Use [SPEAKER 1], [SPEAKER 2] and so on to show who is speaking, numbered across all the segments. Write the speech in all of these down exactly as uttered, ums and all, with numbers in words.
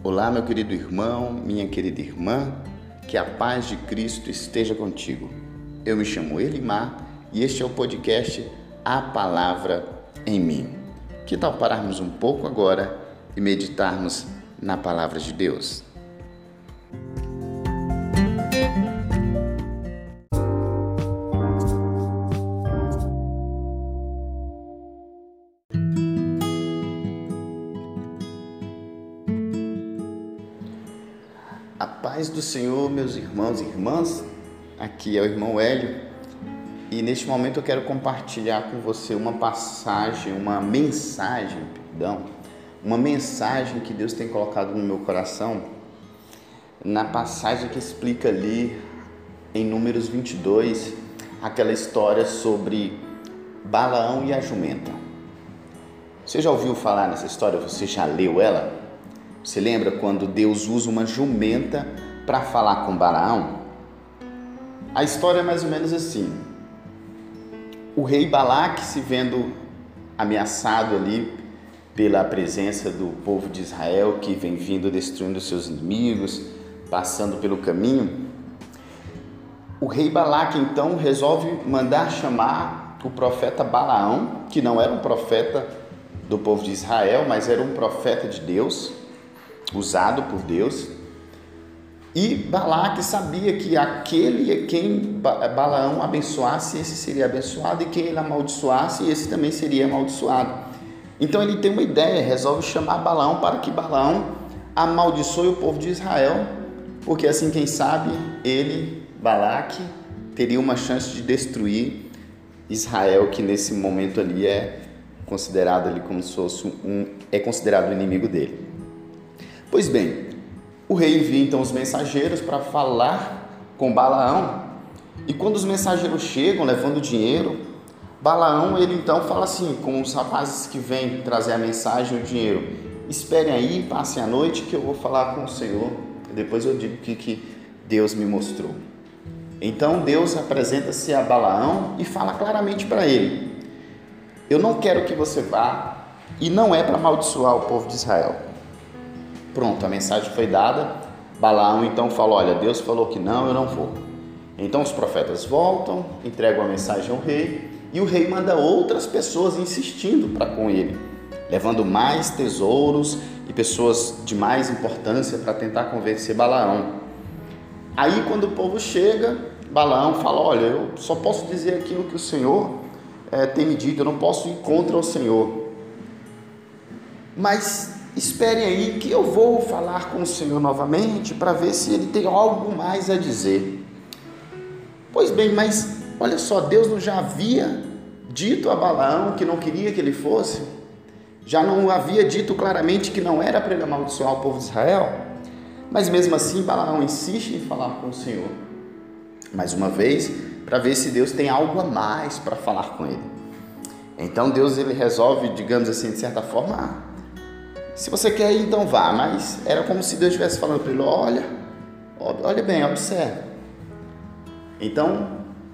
[SPEAKER 1] Olá, meu querido irmão, minha querida irmã, que a paz de Cristo esteja contigo. Eu me chamo Elimar e este é o podcast A Palavra em Mim. Que tal pararmos um pouco agora e meditarmos na Palavra de Deus? A paz do Senhor, meus irmãos e irmãs, aqui é o irmão Hélio e neste momento eu quero compartilhar com você uma passagem, uma mensagem, perdão, uma mensagem que Deus tem colocado no meu coração, na passagem que explica ali em Números vinte e dois, aquela história sobre Balaão e a jumenta. Você já ouviu falar nessa história? Você já leu ela? Você lembra quando Deus usa uma jumenta para falar com Balaão? A história é mais ou menos assim. O rei Balaque, se vendo ameaçado ali pela presença do povo de Israel, que vem vindo destruindo seus inimigos, passando pelo caminho, o rei Balaque então resolve mandar chamar o profeta Balaão, que não era um profeta do povo de Israel, mas era um profeta de Deus, usado por Deus, e Balaque sabia que aquele quem Balaão abençoasse, esse seria abençoado, e quem ele amaldiçoasse, esse também seria amaldiçoado. Então ele tem uma ideia, resolve chamar Balaão para que Balaão amaldiçoe o povo de Israel, porque assim, quem sabe, ele, Balaque, teria uma chance de destruir Israel, que nesse momento ali é considerado ali como se fosse um, é considerado o inimigo dele. Pois bem, o rei envia então os mensageiros para falar com Balaão, e quando os mensageiros chegam levando dinheiro, Balaão ele então fala assim com os rapazes que vêm trazer a mensagem e o dinheiro: esperem aí, passem a noite que eu vou falar com o Senhor, e depois eu digo o que, que Deus me mostrou. Então Deus apresenta-se a Balaão e fala claramente para ele: eu não quero que você vá, e não é para amaldiçoar o povo de Israel. Pronto, a mensagem foi dada. Balaão então falou: olha, Deus falou que não, eu não vou. Então os profetas voltam, entregam a mensagem ao rei, e o rei manda outras pessoas insistindo para com ele, levando mais tesouros e pessoas de mais importância para tentar convencer Balaão. Aí quando o povo chega, Balaão fala: olha, eu só posso dizer aquilo que o Senhor é, tem me dito, eu não posso ir contra o Senhor. Mas esperem aí que eu vou falar com o Senhor novamente para ver se ele tem algo mais a dizer. Pois bem, mas olha só, Deus não já havia dito a Balaão que não queria que ele fosse? Já não havia dito claramente que não era para ele amaldiçoar o povo de Israel? Mas mesmo assim Balaão insiste em falar com o Senhor mais uma vez, para ver se Deus tem algo a mais para falar com ele. Então Deus ele resolve, digamos assim, de certa forma: ah, se você quer ir, então vá. Mas era como se Deus estivesse falando para ele: olha, olha bem, observa. Então,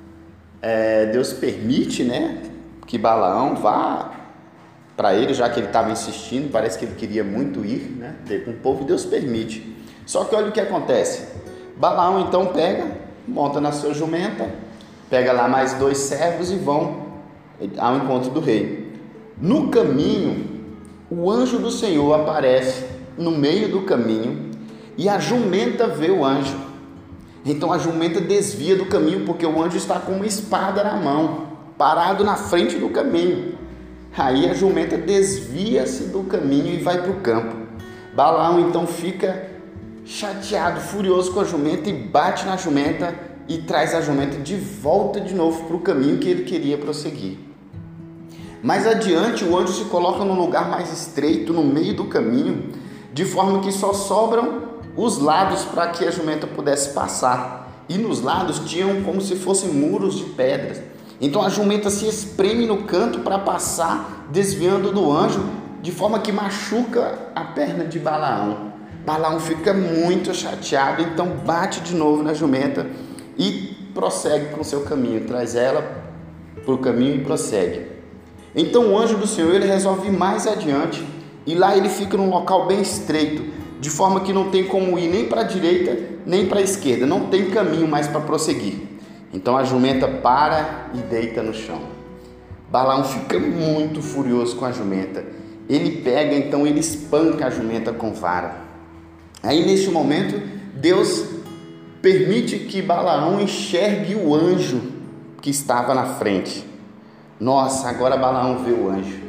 [SPEAKER 1] é, Deus permite, né, que Balaão vá para ele, já que ele estava insistindo, parece que ele queria muito ir, né, ter com o povo, e Deus permite. Só que olha o que acontece. Balaão então pega, monta na sua jumenta, pega lá mais dois servos e vão ao encontro do rei. No caminho, o anjo do Senhor aparece no meio do caminho e a jumenta vê o anjo. Então a jumenta desvia do caminho, porque o anjo está com uma espada na mão, parado na frente do caminho. Aí a jumenta desvia-se do caminho e vai para o campo. Balaão então fica chateado, furioso com a jumenta, e bate na jumenta e traz a jumenta de volta de novo para o caminho que ele queria prosseguir. Mais adiante, o anjo se coloca num lugar mais estreito, no meio do caminho, de forma que só sobram os lados para que a jumenta pudesse passar. E nos lados tinham como se fossem muros de pedras. Então a jumenta se espreme no canto para passar, desviando do anjo, de forma que machuca a perna de Balaão. Balaão fica muito chateado, então bate de novo na jumenta e prossegue com o seu caminho, traz ela para o caminho e prossegue. Então o anjo do Senhor ele resolve ir mais adiante, e lá ele fica num local bem estreito, de forma que não tem como ir nem para a direita nem para a esquerda, não tem caminho mais para prosseguir. Então a jumenta para e deita no chão. Balaão fica muito furioso com a jumenta. Ele pega, então ele espanca a jumenta com vara. Aí neste momento Deus permite que Balaão enxergue o anjo que estava na frente. Nossa, agora Balaão vê o anjo.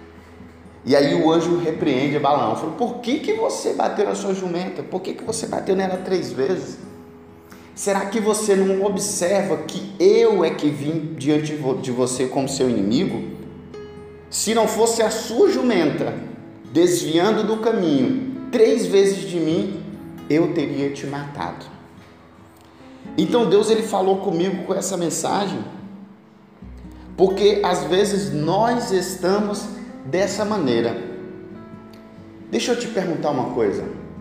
[SPEAKER 1] E aí o anjo repreende Balaão. Falou: por que, que você bateu na sua jumenta? Por que, que você bateu nela três vezes? Será que você não observa que eu é que vim diante de você como seu inimigo? Se não fosse a sua jumenta desviando do caminho três vezes de mim, eu teria te matado. Então Deus ele falou comigo com essa mensagem, porque às vezes nós estamos dessa maneira. Deixa eu te perguntar uma coisa.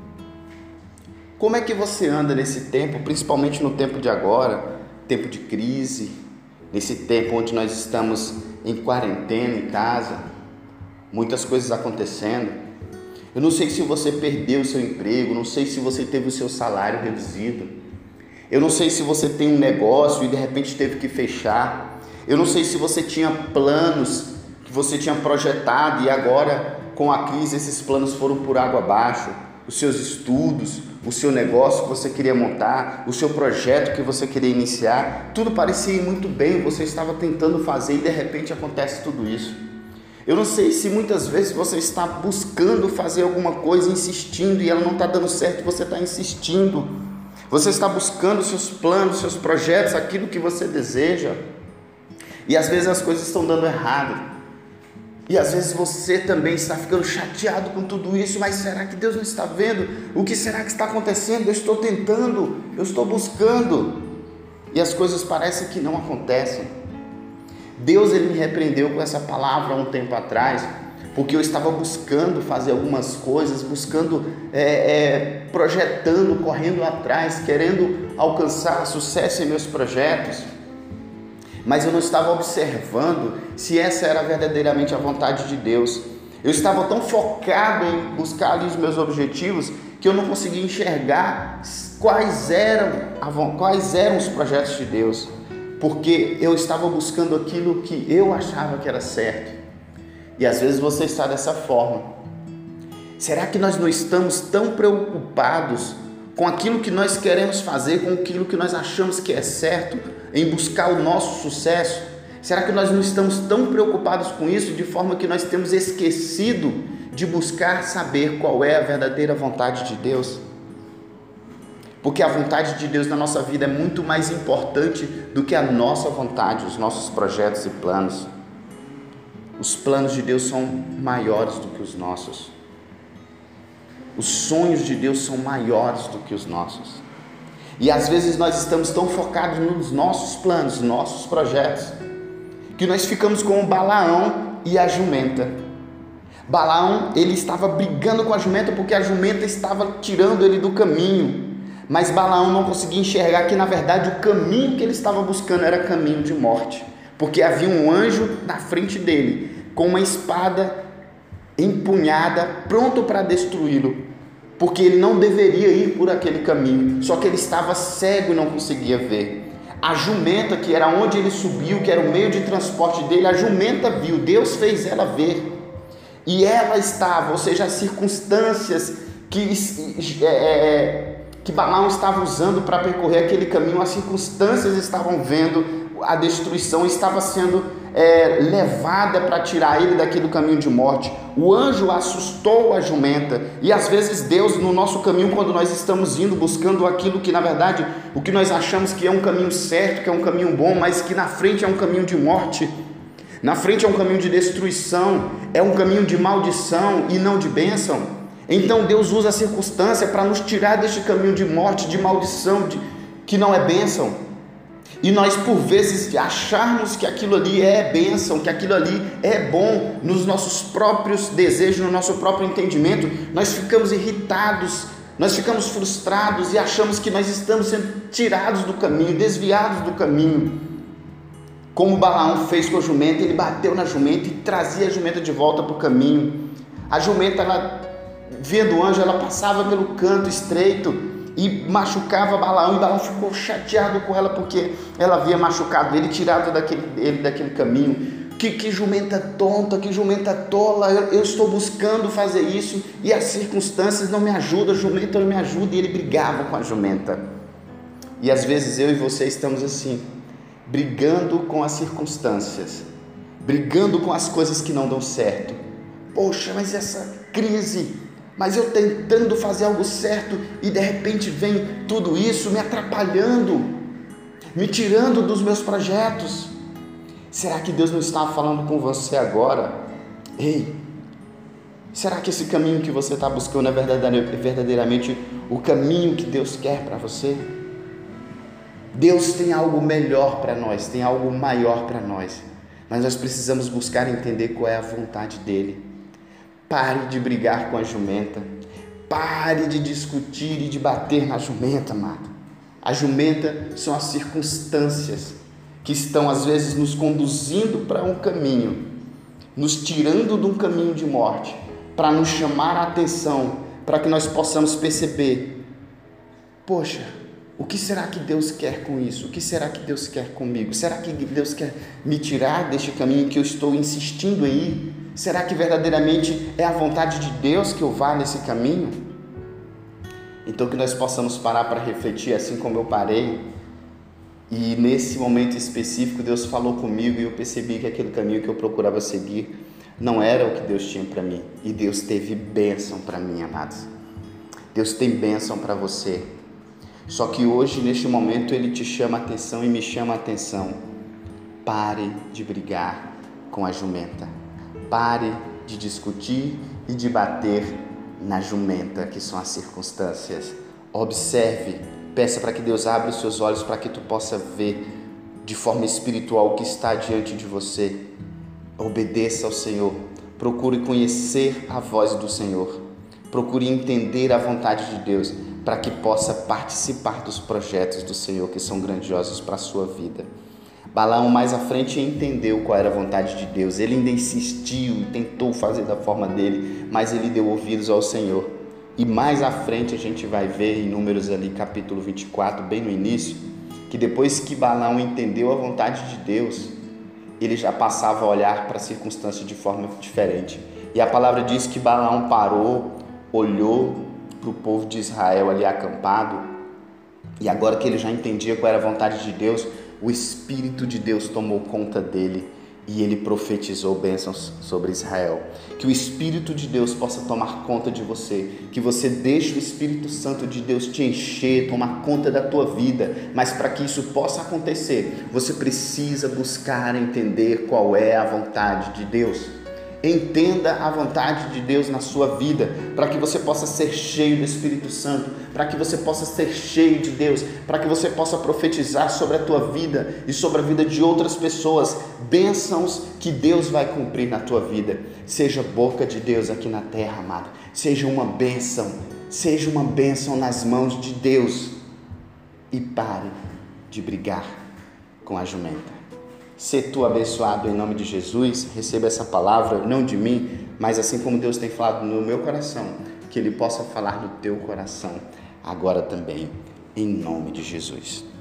[SPEAKER 1] Como é que você anda nesse tempo, principalmente no tempo de agora, tempo de crise, nesse tempo onde nós estamos em quarentena em casa, muitas coisas acontecendo? Eu não sei se você perdeu o seu emprego, não sei se você teve o seu salário reduzido, eu não sei se você tem um negócio e de repente teve que fechar, eu não sei se você tinha planos que você tinha projetado e agora com a crise esses planos foram por água abaixo, os seus estudos, o seu negócio que você queria montar, o seu projeto que você queria iniciar, tudo parecia ir muito bem, você estava tentando fazer e de repente acontece tudo isso. Eu não sei se muitas vezes você está buscando fazer alguma coisa, insistindo e ela não está dando certo, você está insistindo, você está buscando seus planos, seus projetos, aquilo que você deseja e às vezes as coisas estão dando errado. E às vezes você também está ficando chateado com tudo isso, mas será que Deus não está vendo? O que será que está acontecendo? Eu estou tentando, eu estou buscando, e as coisas parecem que não acontecem. Deus ele me repreendeu com essa palavra há um tempo atrás, porque eu estava buscando fazer algumas coisas, buscando, é, é, projetando, correndo atrás, querendo alcançar sucesso em meus projetos, mas eu não estava observando se essa era verdadeiramente a vontade de Deus. Eu estava tão focado em buscar ali os meus objetivos que eu não conseguia enxergar quais eram, quais eram os projetos de Deus, porque eu estava buscando aquilo que eu achava que era certo. E às vezes você está dessa forma. Será que nós não estamos tão preocupados com aquilo que nós queremos fazer, com aquilo que nós achamos que é certo, em buscar o nosso sucesso? Será que nós não estamos tão preocupados com isso, de forma que nós temos esquecido de buscar saber qual é a verdadeira vontade de Deus? Porque a vontade de Deus na nossa vida é muito mais importante do que a nossa vontade, os nossos projetos e planos. Os planos de Deus são maiores do que os nossos. Os sonhos de Deus são maiores do que os nossos. E às vezes nós estamos tão focados nos nossos planos, nossos projetos, que nós ficamos como Balaão e a jumenta. Balaão, ele estava brigando com a jumenta porque a jumenta estava tirando ele do caminho. Mas Balaão não conseguia enxergar que na verdade o caminho que ele estava buscando era caminho de morte. Porque havia um anjo na frente dele, com uma espada empunhada, pronto para destruí-lo. Porque ele não deveria ir por aquele caminho, só que ele estava cego e não conseguia ver. A jumenta, que era onde ele subiu, que era o meio de transporte dele, a jumenta viu, Deus fez ela ver. E ela estava, ou seja, as circunstâncias que, é, que Balaão estava usando para percorrer aquele caminho, as circunstâncias estavam vendo a destruição, estava sendo é, levada para tirar ele daquele caminho de morte. O anjo assustou a jumenta, e às vezes Deus no nosso caminho, quando nós estamos indo, buscando aquilo que na verdade, o que nós achamos que é um caminho certo, que é um caminho bom, mas que na frente é um caminho de morte, na frente é um caminho de destruição, é um caminho de maldição e não de bênção. Então Deus usa a circunstância para nos tirar deste caminho de morte, de maldição, de, que não é bênção. E nós por vezes acharmos que aquilo ali é bênção, que aquilo ali é bom, nos nossos próprios desejos, no nosso próprio entendimento, nós ficamos irritados, nós ficamos frustrados e achamos que nós estamos sendo tirados do caminho, desviados do caminho. Como Balaão fez com a jumenta, ele bateu na jumenta e trazia a jumenta de volta para o caminho. A jumenta, ela vendo o anjo, ela passava pelo canto estreito e machucava Balaão, e Balaão ficou chateado com ela porque ela havia machucado ele, tirado daquele, ele daquele caminho. Que, que jumenta tonta, que jumenta tola, eu, eu estou buscando fazer isso e as circunstâncias não me ajudam, a jumenta não me ajuda, e ele brigava com a jumenta. E às vezes eu e você estamos assim, brigando com as circunstâncias, brigando com as coisas que não dão certo. Poxa, mas essa crise, mas eu tentando fazer algo certo e de repente vem tudo isso me atrapalhando, me tirando dos meus projetos. Será que Deus não está falando com você agora? Ei, será que esse caminho que você está buscando é verdadeiramente o caminho que Deus quer para você? Deus tem algo melhor para nós, tem algo maior para nós, mas nós precisamos buscar entender qual é a vontade dEle. Pare de brigar com a jumenta, pare de discutir e de bater na jumenta, amado. A jumenta são as circunstâncias que estão às vezes nos conduzindo para um caminho, nos tirando de um caminho de morte, para nos chamar a atenção, para que nós possamos perceber, poxa, o que será que Deus quer com isso? O que será que Deus quer comigo? Será que Deus quer me tirar deste caminho que eu estou insistindo em ir? Será que verdadeiramente é a vontade de Deus que eu vá nesse caminho? Então que nós possamos parar para refletir, assim como eu parei. E nesse momento específico Deus falou comigo e eu percebi que aquele caminho que eu procurava seguir não era o que Deus tinha para mim. E Deus teve bênção para mim, amados. Deus tem bênção para você. Só que hoje, neste momento, Ele te chama a atenção e me chama a atenção. Pare de brigar com a jumenta. Pare de discutir e de bater na jumenta, que são as circunstâncias. Observe. Peça para que Deus abra os seus olhos para que tu possa ver de forma espiritual o que está diante de você. Obedeça ao Senhor. Procure conhecer a voz do Senhor. Procure entender a vontade de Deus para que possa participar dos projetos do Senhor que são grandiosos para a sua vida. Balaão mais à frente entendeu qual era a vontade de Deus. Ele ainda insistiu e tentou fazer da forma dele, mas ele deu ouvidos ao Senhor. E mais à frente a gente vai ver em Números ali, capítulo vinte e quatro, bem no início, que depois que Balaão entendeu a vontade de Deus, ele já passava a olhar para a circunstância de forma diferente. E a palavra diz que Balaão parou, olhou para o povo de Israel ali acampado, e agora que ele já entendia qual era a vontade de Deus, o Espírito de Deus tomou conta dele e ele profetizou bênçãos sobre Israel. Que o Espírito de Deus possa tomar conta de você, que você deixe o Espírito Santo de Deus te encher, tomar conta da tua vida, mas para que isso possa acontecer, você precisa buscar entender qual é a vontade de Deus. Entenda a vontade de Deus na sua vida, para que você possa ser cheio do Espírito Santo, para que você possa ser cheio de Deus, para que você possa profetizar sobre a tua vida e sobre a vida de outras pessoas, bênçãos que Deus vai cumprir na tua vida. Seja boca de Deus aqui na terra, amado. Seja uma bênção, seja uma bênção nas mãos de Deus. E pare de brigar com a jumenta. Sê tu abençoado em nome de Jesus. Receba essa palavra, não de mim, mas assim como Deus tem falado no meu coração, que Ele possa falar no teu coração agora também, em nome de Jesus.